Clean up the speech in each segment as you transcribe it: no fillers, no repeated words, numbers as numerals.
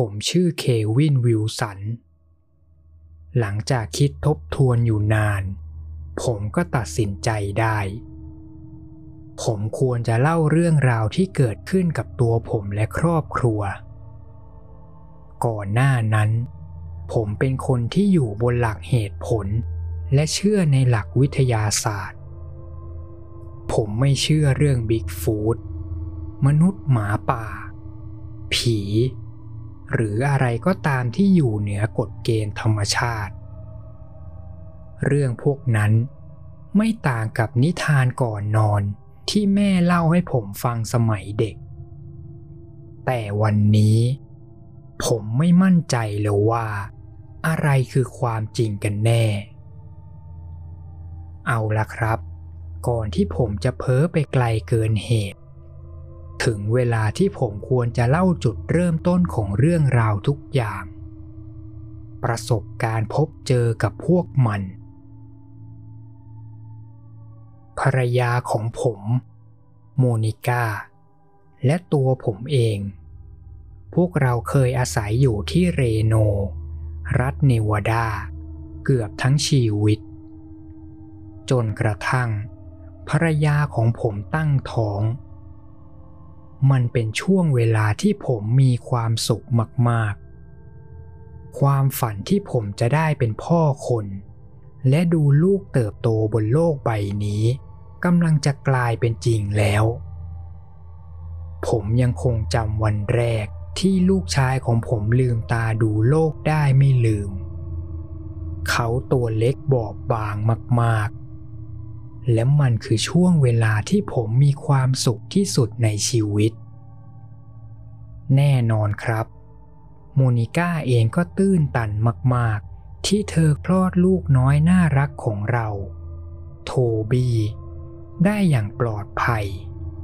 ผมชื่อเควินวิลสันหลังจากคิดทบทวนอยู่นานผมก็ตัดสินใจได้ผมควรจะเล่าเรื่องราวที่เกิดขึ้นกับตัวผมและครอบครัวก่อนหน้านั้นผมเป็นคนที่อยู่บนหลักเหตุผลและเชื่อในหลักวิทยาศาสตร์ผมไม่เชื่อเรื่องบิ๊กฟูตมนุษย์หมาป่าผีหรืออะไรก็ตามที่อยู่เหนือกฎเกณฑ์ธรรมชาติเรื่องพวกนั้นไม่ต่างกับนิทานก่อนนอนที่แม่เล่าให้ผมฟังสมัยเด็กแต่วันนี้ผมไม่มั่นใจเลยว่าอะไรคือความจริงกันแน่เอาล่ะครับก่อนที่ผมจะเพ้อไปไกลเกินเหตุถึงเวลาที่ผมควรจะเล่าจุดเริ่มต้นของเรื่องราวทุกอย่างประสบการณ์พบเจอกับพวกมันภรรยาของผมโมนิก้าและตัวผมเองพวกเราเคยอาศัยอยู่ที่เรโนรัฐเนวาดาเกือบทั้งชีวิตจนกระทั่งภรรยาของผมตั้งท้องมันเป็นช่วงเวลาที่ผมมีความสุขมากๆความฝันที่ผมจะได้เป็นพ่อคนและดูลูกเติบโตบนโลกใบนี้กำลังจะกลายเป็นจริงแล้วผมยังคงจำวันแรกที่ลูกชายของผมลืมตาดูโลกได้ไม่ลืมเขาตัวเล็กบอบบางมากๆและมันคือช่วงเวลาที่ผมมีความสุขที่สุดในชีวิตแน่นอนครับโมนิก้าเองก็ตื้นตันมากๆที่เธอคลอดลูกน้อยน่ารักของเราโทบี้ได้อย่างปลอดภัย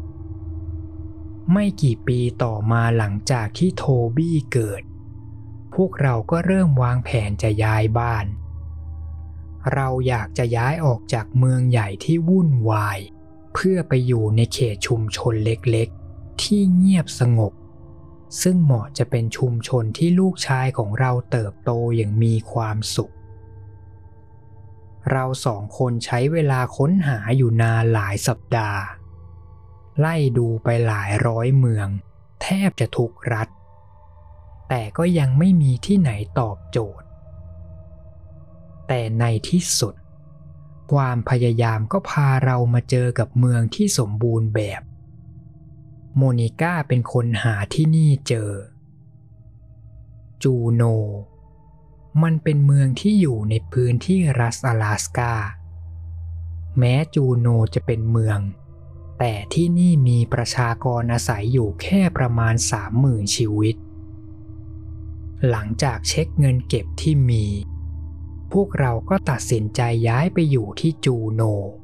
ไม่กี่ปีต่อมาหลังจากที่โทบี้เกิดพวกเราก็เริ่มวางแผนจะย้ายบ้านเราอยากจะย้ายออกจากเมืองใหญ่ที่วุ่นวายเพื่อไปอยู่ในเขตชุมชนเล็กๆที่เงียบสงบซึ่งเหมาะจะเป็นชุมชนที่ลูกชายของเราเติบโตอย่างมีความสุขเราสองคนใช้เวลาค้นหาอยู่นานหลายสัปดาห์ไล่ดูไปหลายร้อยเมืองแทบจะทุกรัฐแต่ก็ยังไม่มีที่ไหนตอบโจทย์แต่ในที่สุดความพยายามก็พาเรามาเจอกับเมืองที่สมบูรณ์แบบโมนิก้าเป็นคนหาที่นี่เจอจูโนมันเป็นเมืองที่อยู่ในพื้นที่รัฐ阿拉สกาแม้จูโนจะเป็นเมืองแต่ที่นี่มีประชากรอาศัยอยู่แค่ประมาณ 30,000 ชีวิตหลังจากเช็คเงินเก็บที่มีพวกเราก็ตัดสินใจย้ายไปอยู่ที่จูโน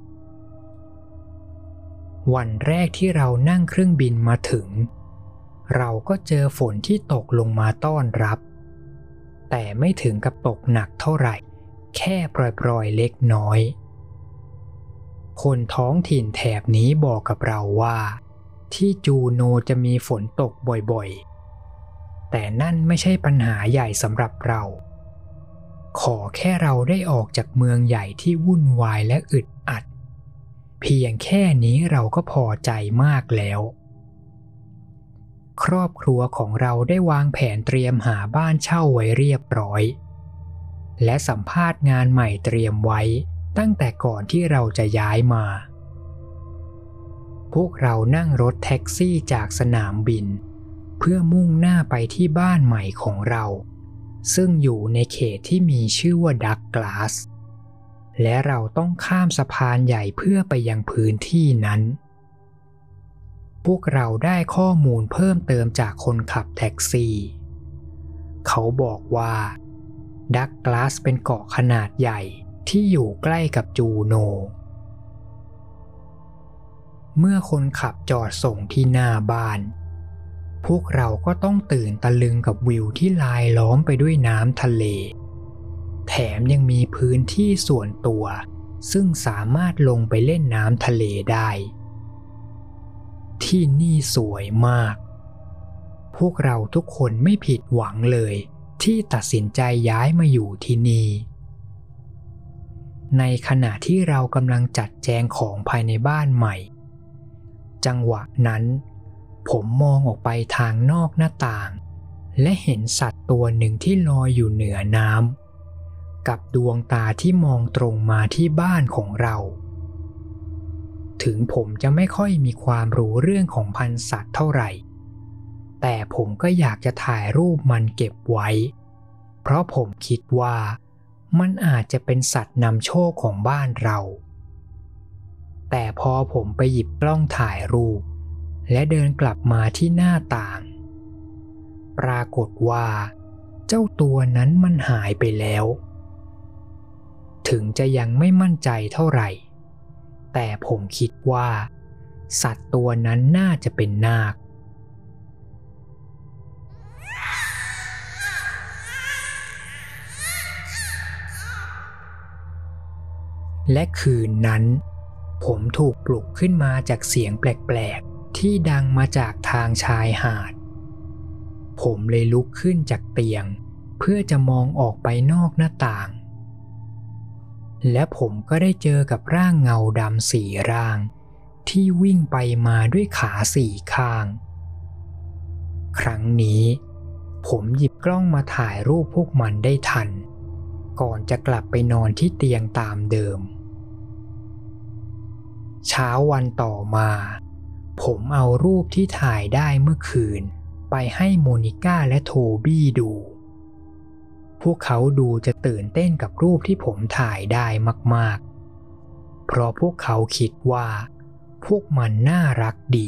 วันแรกที่เรานั่งเครื่องบินมาถึงเราก็เจอฝนที่ตกลงมาต้อนรับแต่ไม่ถึงกับตกหนักเท่าไหร่แค่ปล่อยๆเล็กน้อยคนท้องถิ่นแถบนี้บอกกับเราว่าที่จูโนจะมีฝนตกบ่อยๆแต่นั่นไม่ใช่ปัญหาใหญ่สำหรับเราขอแค่เราได้ออกจากเมืองใหญ่ที่วุ่นวายและอึดอัดเพียงแค่นี้เราก็พอใจมากแล้วครอบครัวของเราได้วางแผนเตรียมหาบ้านเช่าไว้เรียบร้อยและสัมภาษณ์งานใหม่เตรียมไว้ตั้งแต่ก่อนที่เราจะย้ายมาพวกเรานั่งรถแท็กซี่จากสนามบินเพื่อมุ่งหน้าไปที่บ้านใหม่ของเราซึ่งอยู่ในเขตที่มีชื่อว่าดักกลาสและเราต้องข้ามสะพานใหญ่เพื่อไปยังพื้นที่นั้นพวกเราได้ข้อมูลเพิ่มเติมจากคนขับแท็กซี่เขาบอกว่าดักกลาสเป็นเกาะขนาดใหญ่ที่อยู่ใกล้กับจูโนเมื่อคนขับจอดส่งที่หน้าบ้านพวกเราก็ต้องตื่นตะลึงกับวิวที่ลายล้อมไปด้วยน้ำทะเลแถมยังมีพื้นที่ส่วนตัวซึ่งสามารถลงไปเล่นน้ำทะเลได้ที่นี่สวยมากพวกเราทุกคนไม่ผิดหวังเลยที่ตัดสินใจย้ายมาอยู่ที่นี่ในขณะที่เรากำลังจัดแจงของภายในบ้านใหม่จังหวะนั้นผมมองออกไปทางนอกหน้าต่างและเห็นสัตว์ตัวหนึ่งที่ลอยอยู่เหนือน้ำกับดวงตาที่มองตรงมาที่บ้านของเราถึงผมจะไม่ค่อยมีความรู้เรื่องของพันธุ์สัตว์เท่าไหร่แต่ผมก็อยากจะถ่ายรูปมันเก็บไว้เพราะผมคิดว่ามันอาจจะเป็นสัตว์นำโชคของบ้านเราแต่พอผมไปหยิบกล้องถ่ายรูปและเดินกลับมาที่หน้าต่างปรากฏว่าเจ้าตัวนั้นมันหายไปแล้วถึงจะยังไม่มั่นใจเท่าไหร่แต่ผมคิดว่าสัตว์ตัวนั้นน่าจะเป็นนาคและคืนนั้นผมถูกปลุกขึ้นมาจากเสียงแปลกๆที่ดังมาจากทางชายหาดผมเลยลุกขึ้นจากเตียงเพื่อจะมองออกไปนอกหน้าต่างและผมก็ได้เจอกับร่างเงาดำสี่ร่างที่วิ่งไปมาด้วยขาสี่ข้างครั้งนี้ผมหยิบกล้องมาถ่ายรูปพวกมันได้ทันก่อนจะกลับไปนอนที่เตียงตามเดิมเช้าวันต่อมาผมเอารูปที่ถ่ายได้เมื่อคืนไปให้โมนิก้าและโทบี้ดูพวกเขาดูจะตื่นเต้นกับรูปที่ผมถ่ายได้มากๆเพราะพวกเขาคิดว่าพวกมันน่ารักดี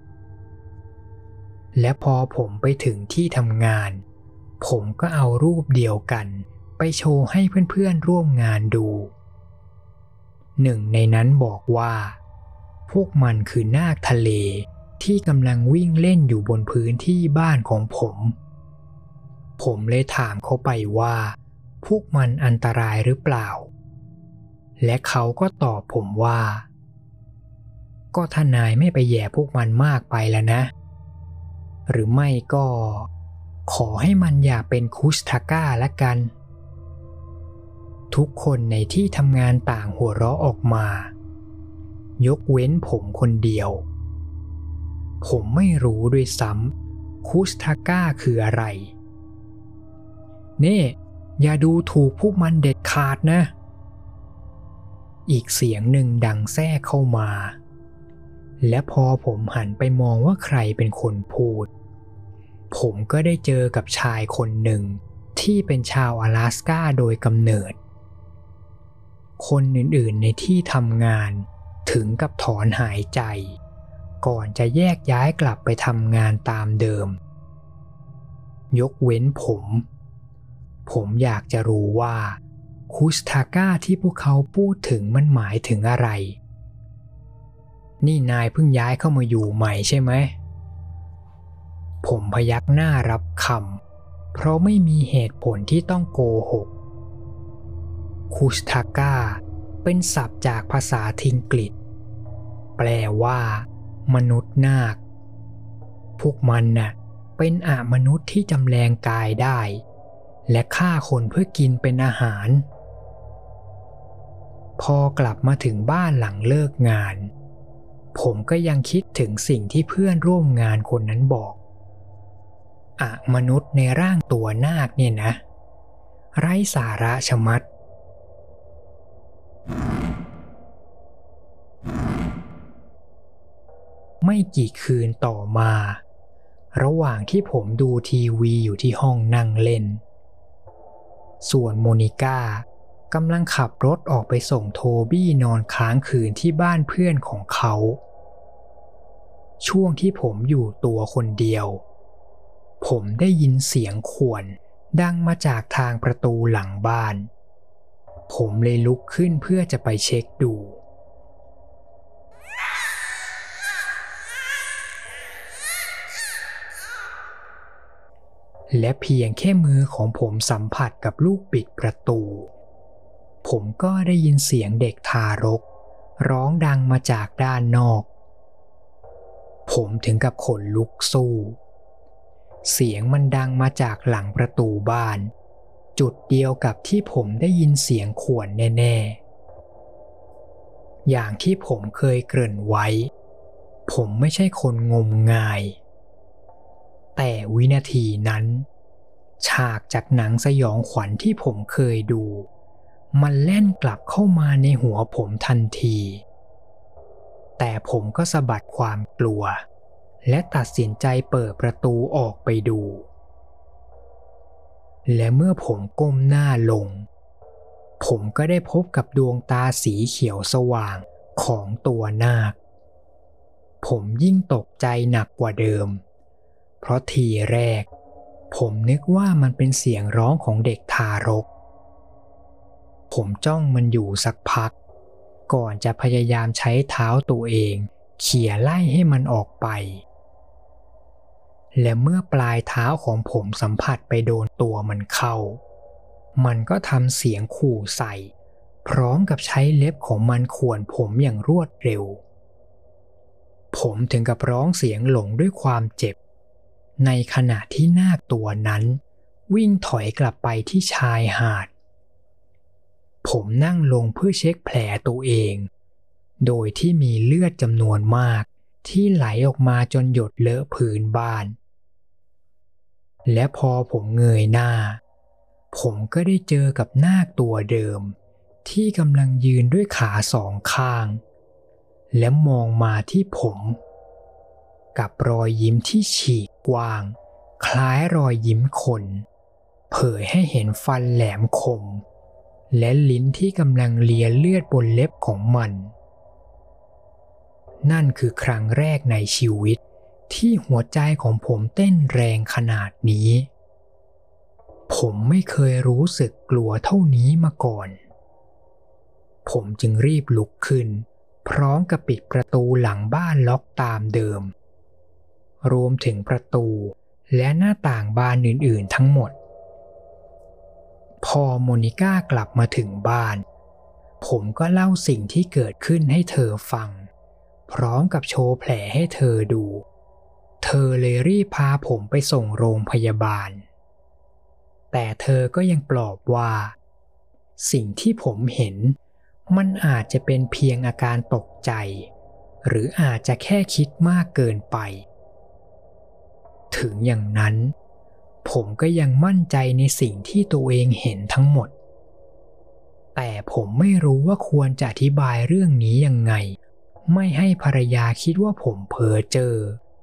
และพอผมไปถึงที่ทำงานผมก็เอารูปเดียวกันไปโชว์ให้เพื่อนๆร่วมงานดูหนึ่งในนั้นบอกว่าพวกมันคือนาคทะเลที่กำลังวิ่งเล่นอยู่บนพื้นที่บ้านของผมเลยถามเขาไปว่าพวกมันอันตรายหรือเปล่าและเขาก็ตอบผมว่าก็ถ้านายไม่ไปแย่พวกมันมากไปแล้วนะหรือไม่ก็ขอให้มันอย่าเป็นคุสทาก้าละกันทุกคนในที่ทำงานต่างหัวเราะออกมายกเว้นผมคนเดียวผมไม่รู้ด้วยซ้ำคุสทาก้าคืออะไรนี่อย่าดูถูกพวกมันเด็ดขาดนะอีกเสียงหนึ่งดังแทรกเข้ามาและพอผมหันไปมองว่าใครเป็นคนพูดผมก็ได้เจอกับชายคนหนึ่งที่เป็นชาว阿拉斯ก้าโดยกำเนิดคนอื่นๆในที่ทำงานถึงกับถอนหายใจก่อนจะแยกย้ายกลับไปทำงานตามเดิมยกเว้นผมอยากจะรู้ว่าคุสทาก้าที่พวกเขาพูดถึงมันหมายถึงอะไรนี่นายเพิ่งย้ายเข้ามาอยู่ใหม่ใช่ไหมผมพยักหน้ารับคำเพราะไม่มีเหตุผลที่ต้องโกหกคุสทาก้าเป็นศัพท์จากภาษาทิงกฤษแปลว่ามนุษย์นาคพวกมันน่ะเป็นมนุษย์ที่จำแรงกายได้และฆ่าคนเพื่อกินเป็นอาหารพอกลับมาถึงบ้านหลังเลิกงานผมก็ยังคิดถึงสิ่งที่เพื่อนร่วมงานคนนั้นบอกมนุษย์ในร่างตัวนาคเนี่ยนะไร้สาระชะมัดไม่กี่คืนต่อมาระหว่างที่ผมดูทีวีอยู่ที่ห้องนั่งเล่นส่วนโมนิก้ากำลังขับรถออกไปส่งโทบี้นอนค้างคืนที่บ้านเพื่อนของเขาช่วงที่ผมอยู่ตัวคนเดียวผมได้ยินเสียงข่วนดังมาจากทางประตูหลังบ้านผมเลยลุกขึ้นเพื่อจะไปเช็คดูและเพียงแค่มือของผมสัมผัสกับลูกบิดประตูผมก็ได้ยินเสียงเด็กทารกร้องดังมาจากด้านนอกผมถึงกับขนลุกสู้เสียงมันดังมาจากหลังประตูบ้านจุดเดียวกับที่ผมได้ยินเสียงข่วนแน่ๆอย่างที่ผมเคยเกริ่นไว้ผมไม่ใช่คนงมงายแต่วินาทีนั้นฉากจากหนังสยองขวัญที่ผมเคยดูมันแล่นกลับเข้ามาในหัวผมทันทีแต่ผมก็สะบัดความกลัวและตัดสินใจเปิดประตูออกไปดูและเมื่อผมก้มหน้าลงผมก็ได้พบกับดวงตาสีเขียวสว่างของตัวนาคผมยิ่งตกใจหนักกว่าเดิมเพราะทีแรกผมนึกว่ามันเป็นเสียงร้องของเด็กทารกผมจ้องมันอยู่สักพักก่อนจะพยายามใช้เท้าตัวเองเขี่ยไล่ให้มันออกไปและเมื่อปลายเท้าของผมสัมผัสไปโดนตัวมันเข้ามันก็ทำเสียงขู่ใส่พร้อมกับใช้เล็บของมันข่วนผมอย่างรวดเร็วผมถึงกับร้องเสียงหลงด้วยความเจ็บในขณะที่นาคตัวนั้นวิ่งถอยกลับไปที่ชายหาดผมนั่งลงเพื่อเช็คแผลตัวเองโดยที่มีเลือดจำนวนมากที่ไหลออกมาจนหยดเลอะพื้นบ้านและพอผมเงยหน้าผมก็ได้เจอกับนาคตัวเดิมที่กำลังยืนด้วยขาสองข้างและมองมาที่ผมกับรอยยิ้มที่ฉีกกว้างคล้ายรอยยิ้มคนเผยให้เห็นฟันแหลมคมและลิ้นที่กำลังเลียเลือดบนเล็บของมันนั่นคือครั้งแรกในชีวิตที่หัวใจของผมเต้นแรงขนาดนี้ผมไม่เคยรู้สึกกลัวเท่านี้มาก่อนผมจึงรีบลุกขึ้นพร้อมกับปิดประตูหลังบ้านล็อกตามเดิมรวมถึงประตูและหน้าต่างบานอื่นๆทั้งหมดพอโมนิก้ากลับมาถึงบ้านผมก็เล่าสิ่งที่เกิดขึ้นให้เธอฟังพร้อมกับโชว์แผลให้เธอดูเธอเลยรีบพาผมไปส่งโรงพยาบาลแต่เธอก็ยังปลอบว่าสิ่งที่ผมเห็นมันอาจจะเป็นเพียงอาการตกใจหรืออาจจะแค่คิดมากเกินไปถึงอย่างนั้นผมก็ยังมั่นใจในสิ่งที่ตัวเองเห็นทั้งหมดแต่ผมไม่รู้ว่าควรจะอธิบายเรื่องนี้ยังไงไม่ให้ภรรยาคิดว่าผมเพ้อเจ้อ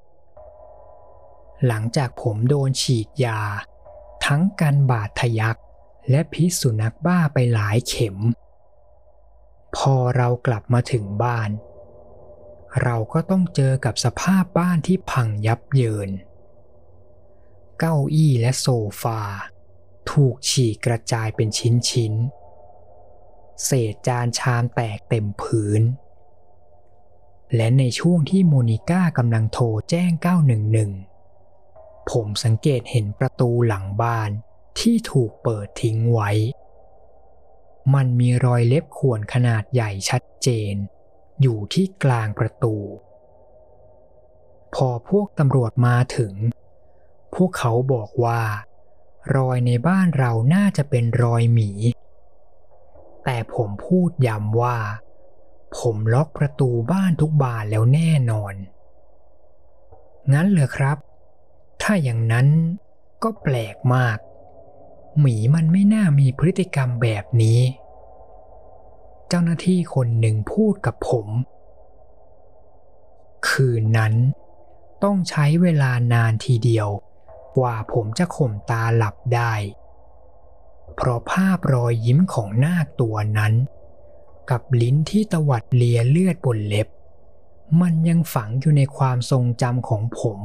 หลังจากผมโดนฉีดยาทั้งกันบาดทะยักและพิษสุนัขบ้าไปหลายเข็มพอเรากลับมาถึงบ้านเราก็ต้องเจอกับสภาพบ้านที่พังยับเยินเก้าอี้และโซฟาถูกฉีกกระจายเป็นชิ้นๆเศษจานชามแตกเต็มพื้นและในช่วงที่โมนิก้ากำลังโทรแจ้ง911ผมสังเกตเห็นประตูหลังบ้านที่ถูกเปิดทิ้งไว้มันมีรอยเล็บข่วนขนาดใหญ่ชัดเจนอยู่ที่กลางประตูพอพวกตำรวจมาถึงพวกเขาบอกว่ารอยในบ้านเราน่าจะเป็นรอยหมีแต่ผมพูดย้ำว่าผมล็อกประตูบ้านทุกบานแล้วแน่นอนงั้นเหรอครับถ้าอย่างนั้นก็แปลกมากหมีมันไม่น่ามีพฤติกรรมแบบนี้เจ้าหน้าที่คนหนึ่งพูดกับผมคืนนั้นต้องใช้เวลานานทีเดียวกว่าผมจะข่มตาหลับได้เพราะภาพรอยยิ้มของนาคตัวนั้นกับลิ้นที่ตวัดเลียเลือดบนเล็บมันยังฝังอยู่ในความทรงจำของผม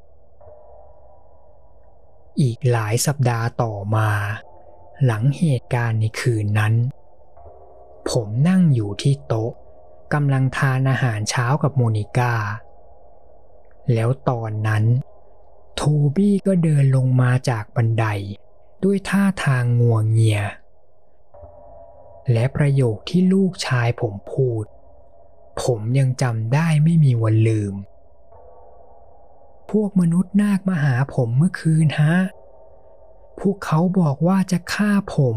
อีกหลายสัปดาห์ต่อมาหลังเหตุการณ์ในคืนนั้นผมนั่งอยู่ที่โต๊ะกำลังทานอาหารเช้ากับโมนิก้าแล้วตอนนั้นโทบี้ก็เดินลงมาจากบันไดด้วยท่าทางงัวเงียและประโยคที่ลูกชายผมพูดผมยังจำได้ไม่มีวันลืมพวกมนุษย์นาคมาหาผมเมื่อคืนฮะพวกเขาบอกว่าจะฆ่าผม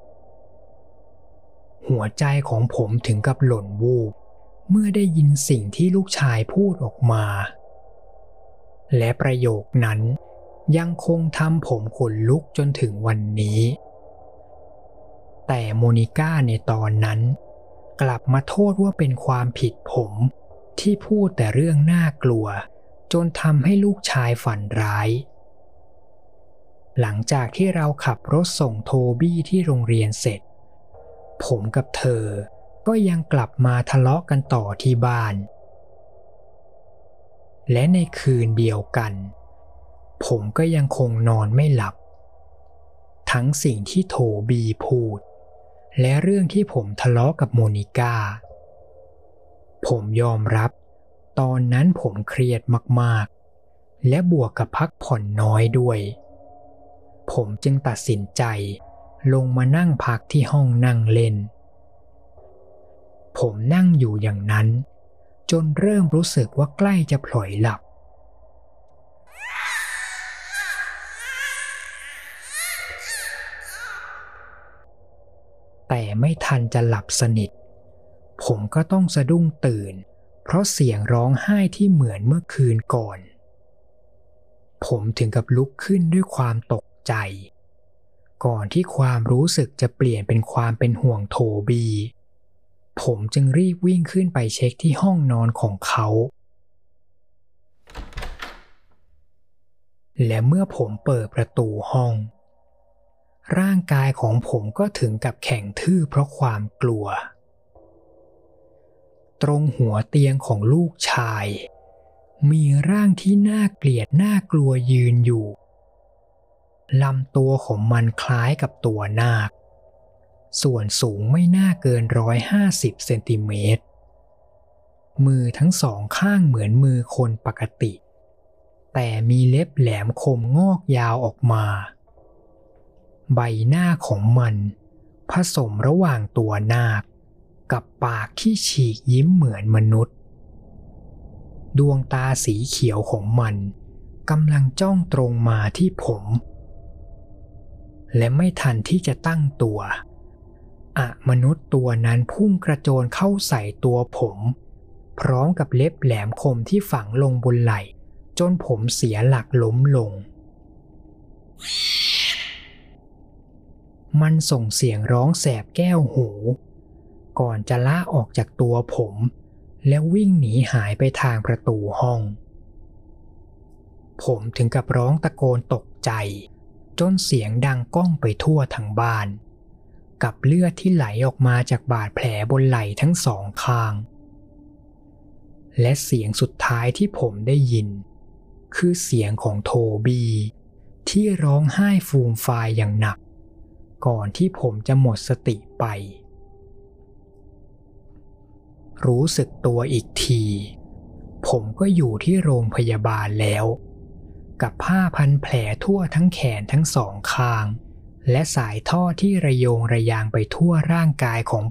หัวใจของผมถึงกับหล่นวูบเมื่อได้ยินสิ่งที่ลูกชายพูดออกมาและประโยคนั้นยังคงทำผมขนลุกจนถึงวันนี้แต่โมนิก้าในตอนนั้นกลับมาโทษว่าเป็นความผิดผมที่พูดแต่เรื่องน่ากลัวจนทำให้ลูกชายฝันร้ายหลังจากที่เราขับรถส่งโทบี้ที่โรงเรียนเสร็จผมกับเธอก็ยังกลับมาทะเลาะกันต่อที่บ้านและในคืนเดียวกันผมก็ยังคงนอนไม่หลับทั้งสิ่งที่โทบี้พูดและเรื่องที่ผมทะเลาะกับโมนิก้าผมยอมรับตอนนั้นผมเครียดมากๆและบวกกับพักผ่อนน้อยด้วยผมจึงตัดสินใจลงมานั่งพักที่ห้องนั่งเล่นผมนั่งอยู่อย่างนั้นจนเริ่มรู้สึกว่าใกล้จะพลอยหลับแต่ไม่ทันจะหลับสนิทผมก็ต้องสะดุ้งตื่นเพราะเสียงร้องไห้ที่เหมือนเมื่อคืนก่อนผมถึงกับลุกขึ้นด้วยความตกใจก่อนที่ความรู้สึกจะเปลี่ยนเป็นความเป็นห่วงโทบีผมจึงรีบวิ่งขึ้นไปเช็คที่ห้องนอนของเขาและเมื่อผมเปิดประตูห้องร่างกายของผมก็ถึงกับแข็งทื่อเพราะความกลัวตรงหัวเตียงของลูกชายมีร่างที่น่าเกลียดน่ากลัวยืนอยู่ลำตัวของมันคล้ายกับตัวนาคส่วนสูงไม่น่าเกิน150 เซนติเมตรมือทั้งสองข้างเหมือนมือคนปกติแต่มีเล็บแหลมคมงอกยาวออกมาใบหน้าของมันผสมระหว่างตัวนาคกับปากที่ฉีกยิ้มเหมือนมนุษย์ดวงตาสีเขียวของมันกำลังจ้องตรงมาที่ผมและไม่ทันที่จะตั้งตัวมนุษย์ตัวนั้นพุ่งกระโจนเข้าใส่ตัวผมพร้อมกับเล็บแหลมคมที่ฝังลงบนไหล่จนผมเสียหลักล้มลงมันส่งเสียงร้องแสบแก้วหูก่อนจะล่าออกจากตัวผมและวิ่งหนีหายไปทางประตูห้องผมถึงกับร้องตะโกนตกใจจนเสียงดังก้องไปทั่วทั้งบ้านกับเลือดที่ไหลออกมาจากบาดแผลบนไหล่ทั้งสองข้างและเสียงสุดท้ายที่ผมได้ยินคือเสียงของโทบีที่ร้องไห้ฟูมฟายอย่างหนักก่อนที่ผมจะหมดสติไปรู้สึกตัวอีกทีผมก็อยู่ที่โรงพยาบาลแล้วกับผ้าพันแผลทั่วทั้งแขนทั้งสองข้างและสายท่อที่ระโยงระยางไปทั่วร่างกายของ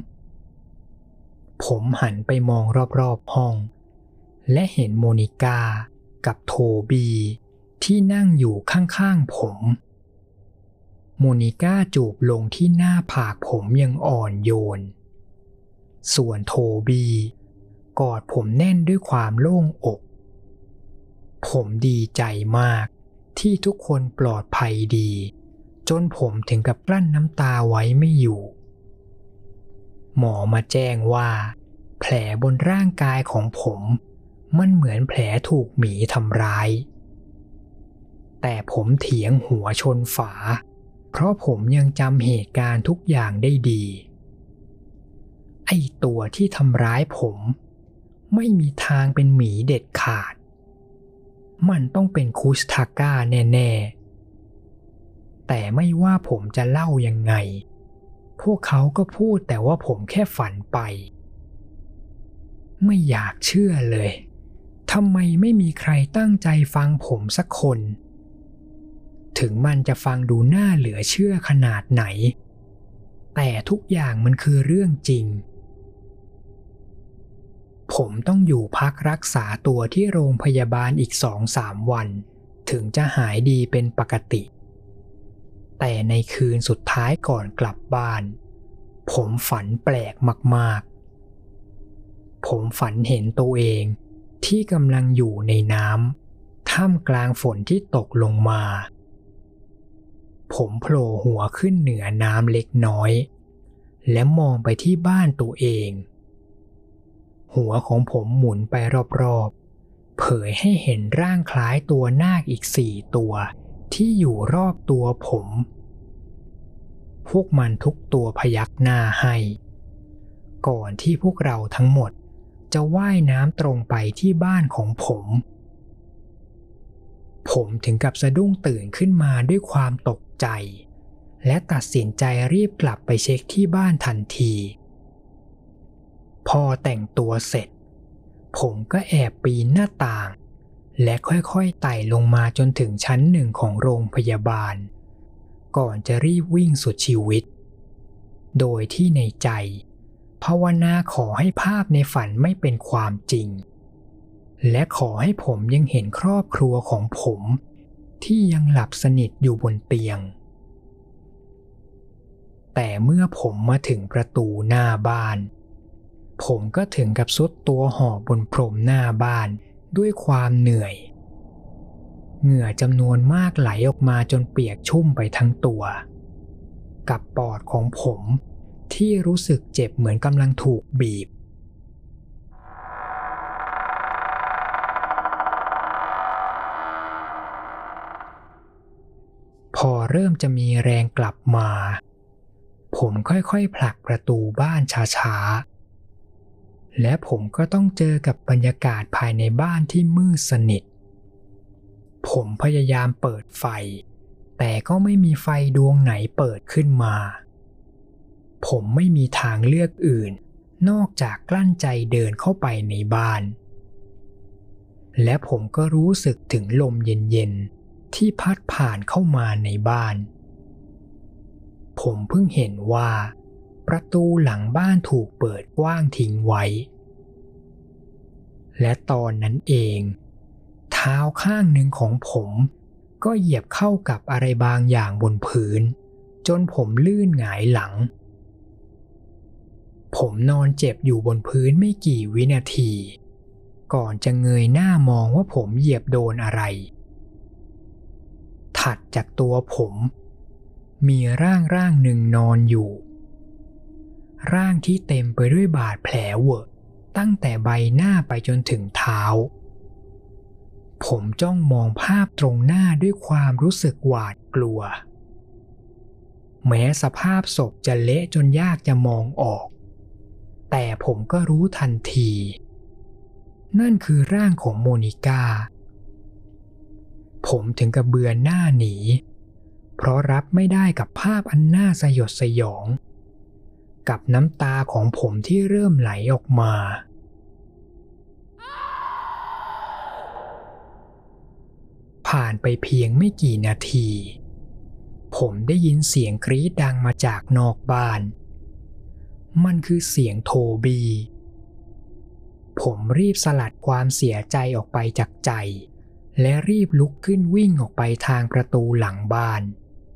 ผมหันไปมองรอบๆห้องและเห็นโมนิก้ากับโทบีที่นั่งอยู่ข้างๆผมโมนิก้าจูบลงที่หน้าผากผมอย่างอ่อนโยนส่วนโทบีกอดผมแน่นด้วยความโล่งอกผมดีใจมากที่ทุกคนปลอดภัยดีจนผมถึงกับกลั้นน้ำตาไว้ไม่อยู่หมอมาแจ้งว่าแผลบนร่างกายของผมมันเหมือนแผลถูกหมีทำร้ายแต่ผมเถียงหัวชนฝาเพราะผมยังจำเหตุการณ์ทุกอย่างได้ดีไอ้ตัวที่ทำร้ายผมไม่มีทางเป็นหมีเด็ดขาดมันต้องเป็นคุสทาก้าแน่ๆแต่ไม่ว่าผมจะเล่ายังไงพวกเขาก็พูดแต่ว่าผมแค่ฝันไปไม่อยากเชื่อเลยทำไมไม่มีใครตั้งใจฟังผมสักคนถึงมันจะฟังดูน่าเหลือเชื่อขนาดไหนแต่ทุกอย่างมันคือเรื่องจริงผมต้องอยู่พักรักษาตัวที่โรงพยาบาลอีก2-3 วันถึงจะหายดีเป็นปกติแต่ในคืนสุดท้ายก่อนกลับบ้านผมฝันแปลกมากๆผมฝันเห็นตัวเองที่กำลังอยู่ในน้ำท่ามกลางฝนที่ตกลงมาผมโผล่หัวขึ้นเหนือน้ำเล็กน้อยและมองไปที่บ้านตัวเองหัวของผมหมุนไปรอบๆเผยให้เห็นร่างคล้ายตัวนาคอีก4 ตัวที่อยู่รอบตัวผมพวกมันทุกตัวพยักหน้าให้ก่อนที่พวกเราทั้งหมดจะว่ายน้ำตรงไปที่บ้านของผมถึงกับสะดุ้งตื่นขึ้นมาด้วยความตกใจและตัดสินใจรีบกลับไปเช็คที่บ้านทันทีพอแต่งตัวเสร็จผมก็แอบปีนหน้าต่างและค่อยๆไต่ลงมาจนถึงชั้น1ของโรงพยาบาลก่อนจะรีบวิ่งสุดชีวิตโดยที่ในใจภาวนาขอให้ภาพในฝันไม่เป็นความจริงและขอให้ผมยังเห็นครอบครัวของผมที่ยังหลับสนิทอยู่บนเตียงแต่เมื่อผมมาถึงประตูหน้าบ้านผมก็ถึงกับทรุดตัวห่อบนพรมหน้าบ้านด้วยความเหนื่อยเหงื่อจำนวนมากไหลออกมาจนเปียกชุ่มไปทั้งตัวกับปอดของผมที่รู้สึกเจ็บเหมือนกำลังถูกบีบพอเริ่มจะมีแรงกลับมาผมค่อยๆผลักประตูบ้านช้าๆและผมก็ต้องเจอกับบรรยากาศภายในบ้านที่มืดสนิทผมพยายามเปิดไฟแต่ก็ไม่มีไฟดวงไหนเปิดขึ้นมาผมไม่มีทางเลือกอื่นนอกจากกลั้นใจเดินเข้าไปในบ้านและผมก็รู้สึกถึงลมเย็นๆที่พัดผ่านเข้ามาในบ้านผมเพิ่งเห็นว่าประตูหลังบ้านถูกเปิดกว้างทิ้งไว้และตอนนั้นเองเท้าข้างหนึ่งของผมก็เหยียบเข้ากับอะไรบางอย่างบนพื้นจนผมลื่นหงายหลังผมนอนเจ็บอยู่บนพื้นไม่กี่วินาทีก่อนจะเงยหน้ามองว่าผมเหยียบโดนอะไรถัดจากตัวผมมีร่างหนึ่งนอนอยู่ร่างที่เต็มไปด้วยบาดแผลเวอะตั้งแต่ใบหน้าไปจนถึงเท้าผมจ้องมองภาพตรงหน้าด้วยความรู้สึกหวาดกลัวแม้สภาพศพจะเละจนยากจะมองออกแต่ผมก็รู้ทันทีนั่นคือร่างของโมนิก้าผมถึงกับเบือนหน้าหนีเพราะรับไม่ได้กับภาพอันน่าสยดสยองกับน้ำตาของผมที่เริ่มไหลออกมาผ่านไปเพียงไม่กี่นาทีผมได้ยินเสียงกรี๊ดดังมาจากนอกบ้านมันคือเสียงโทบีผมรีบสลัดความเสียใจออกไปจากใจและรีบลุกขึ้นวิ่งออกไปทางประตูหลังบ้าน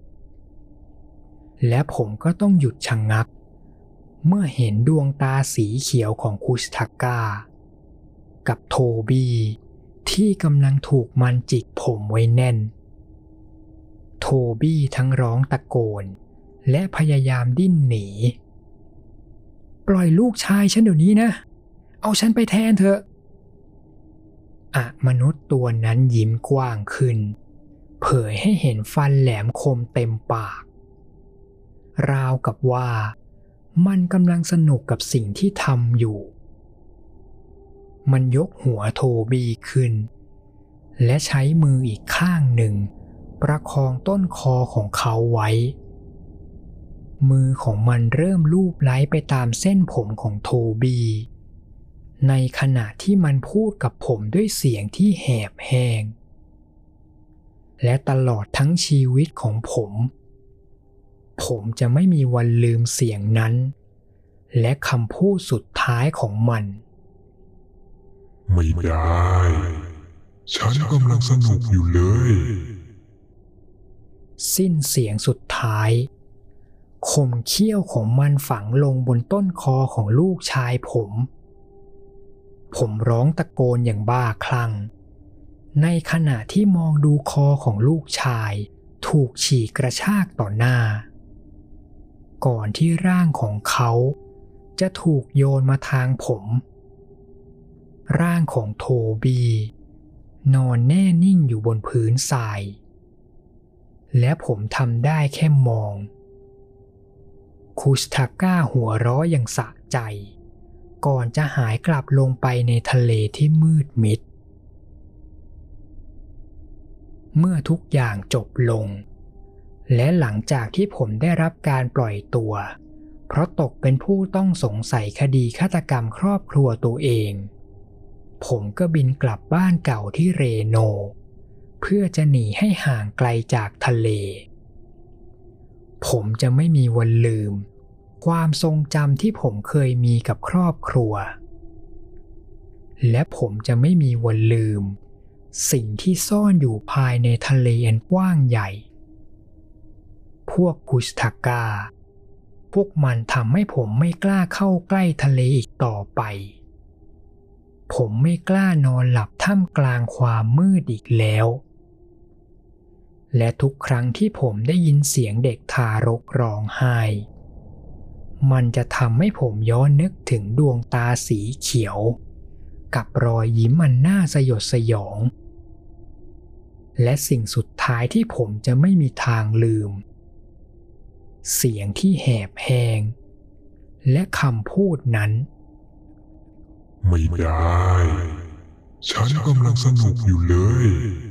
และผมก็ต้องหยุดชะงักเมื่อเห็นดวงตาสีเขียวของคุสทาก้ากับโทบีที่กำลังถูกมันจิกผมไว้แน่นโทบี้ทั้งร้องตะโกนและพยายามดิ้นหนีปล่อยลูกชายฉันเดี๋ยวนี้นะเอาฉันไปแทนเถอะมนุษย์ตัวนั้นยิ้มกว้างขึ้นเผยให้เห็นฟันแหลมคมเต็มปากราวกับว่ามันกำลังสนุกกับสิ่งที่ทำอยู่มันยกหัวโทบี้ขึ้นและใช้มืออีกข้างหนึ่งประคองต้นคอของเขาไว้มือของมันเริ่มลูบไล้ไปตามเส้นผมของโทบี้ในขณะที่มันพูดกับผมด้วยเสียงที่แหบแห้งและตลอดทั้งชีวิตของผมจะไม่มีวันลืมเสียงนั้นและคำพูดสุดท้ายของมันไม่ได้ ฉันกำลังสนุกอยู่เลยสิ้นเสียงสุดท้ายคมเขี้ยวของมันฝังลงบนต้นคอของลูกชายผมร้องตะโกนอย่างบ้าคลั่งในขณะที่มองดูคอของลูกชายถูกฉีกกระชากต่อหน้าก่อนที่ร่างของเขาจะถูกโยนมาทางผมร่างของโทบีนอนแน่นิ่งอยู่บนพื้นทรายและผมทำได้แค่มองคุสทาก้าหัวเราะอย่างสะใจก่อนจะหายกลับลงไปในทะเลที่มืดมิดเมื่อทุกอย่างจบลงและหลังจากที่ผมได้รับการปล่อยตัวเพราะตกเป็นผู้ต้องสงสัยคดีฆาตกรรมครอบครัวตัวเองผมก็บินกลับบ้านเก่าที่เรโนเพื่อจะหนีให้ห่างไกลจากทะเลผมจะไม่มีวันลืมความทรงจำที่ผมเคยมีกับครอบครัวและผมจะไม่มีวันลืมสิ่งที่ซ่อนอยู่ภายในทะเลอันกว้างใหญ่พวกคุสทากาพวกมันทำให้ผมไม่กล้าเข้าใกล้ทะเลอีกต่อไปผมไม่กล้านอนหลับท่ามกลางความมืดอีกแล้วและทุกครั้งที่ผมได้ยินเสียงเด็กทารกร้องไห้มันจะทำให้ผมย้อนนึกถึงดวงตาสีเขียวกับรอยยิ้มอันน่าสยดสยองและสิ่งสุดท้ายที่ผมจะไม่มีทางลืมเสียงที่แหบแห้งและคำพูดนั้นไม่ได้ ฉันกำลังสนุกอยู่เลย